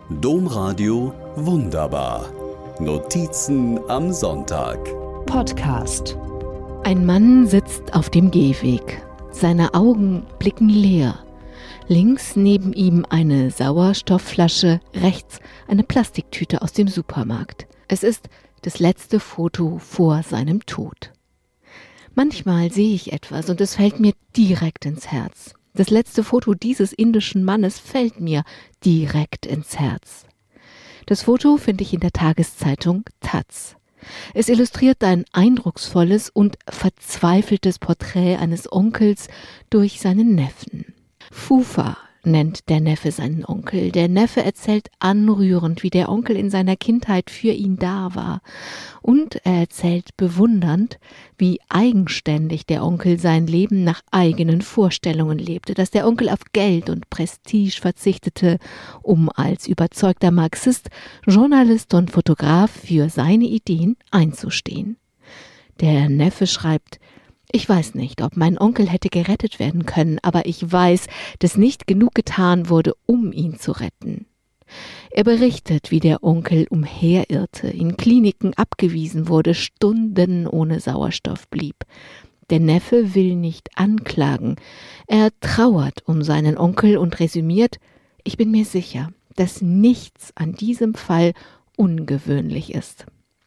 Domradio Wunderbar. Notizen am Sonntag. Podcast. Ein Mann sitzt auf dem Gehweg. Seine Augen blicken leer. Links neben ihm eine Sauerstoffflasche, rechts eine Plastiktüte aus dem Supermarkt. Es ist das letzte Foto vor seinem Tod. Manchmal sehe ich etwas und es fällt mir direkt ins Herz. Das letzte Foto dieses indischen Mannes fällt mir direkt ins Herz. Das Foto finde ich in der Tageszeitung Taz. Es illustriert ein eindrucksvolles und verzweifeltes Porträt eines Onkels durch seinen Neffen. Fufa nennt der Neffe seinen Onkel. Der Neffe erzählt anrührend, wie der Onkel in seiner Kindheit für ihn da war. Und er erzählt bewundernd, wie eigenständig der Onkel sein Leben nach eigenen Vorstellungen lebte, dass der Onkel auf Geld und Prestige verzichtete, um als überzeugter Marxist, Journalist und Fotograf für seine Ideen einzustehen. Der Neffe schreibt: Ich weiß nicht, ob mein Onkel hätte gerettet werden können, aber ich weiß, dass nicht genug getan wurde, um ihn zu retten. Er berichtet, wie der Onkel umherirrte, in Kliniken abgewiesen wurde, Stunden ohne Sauerstoff blieb. Der Neffe will nicht anklagen. Er trauert um seinen Onkel und resümiert: Ich bin mir sicher, dass nichts an diesem Fall ungewöhnlich ist.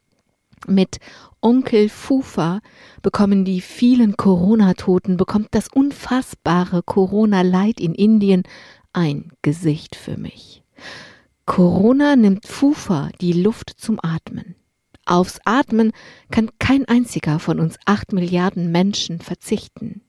Mit Onkel Fufa bekommen die vielen Corona-Toten, bekommt das unfassbare Corona-Leid in Indien ein Gesicht für mich. Corona nimmt Fufa die Luft zum Atmen. Aufs Atmen kann kein einziger von uns 8 Milliarden Menschen verzichten.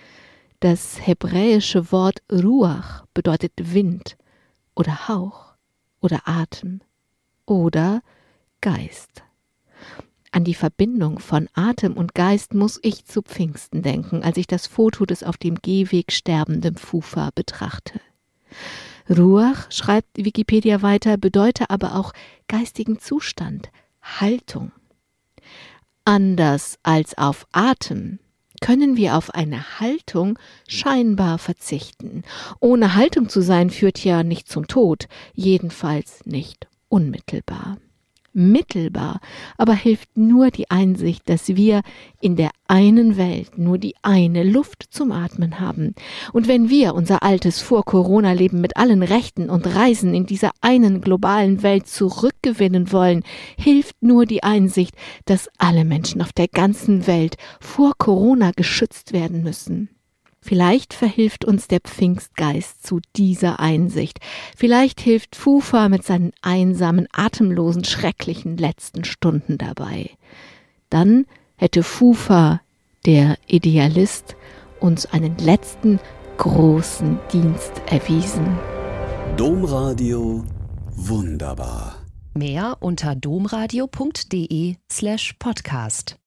Das hebräische Wort Ruach bedeutet Wind oder Hauch oder Atem oder Geist. An die Verbindung von Atem und Geist muss ich zu Pfingsten denken, als ich das Foto des auf dem Gehweg sterbenden Fufa betrachte. Ruach, schreibt Wikipedia weiter, bedeute aber auch geistigen Zustand, Haltung. Anders als auf Atem können wir auf eine Haltung scheinbar verzichten. Ohne Haltung zu sein führt ja nicht zum Tod, jedenfalls nicht unmittelbar. Mittelbar aber hilft nur die Einsicht, dass wir in der einen Welt nur die eine Luft zum Atmen haben. Und wenn wir unser altes Vor-Corona-Leben mit allen Rechten und Reisen in dieser einen globalen Welt zurückgewinnen wollen, hilft nur die Einsicht, dass alle Menschen auf der ganzen Welt vor Corona geschützt werden müssen. Vielleicht verhilft uns der Pfingstgeist zu dieser Einsicht. Vielleicht hilft Fufa mit seinen einsamen, atemlosen, schrecklichen letzten Stunden dabei. Dann hätte Fufa, der Idealist, uns einen letzten großen Dienst erwiesen. Domradio Wunderbar. Mehr unter domradio.de/podcast.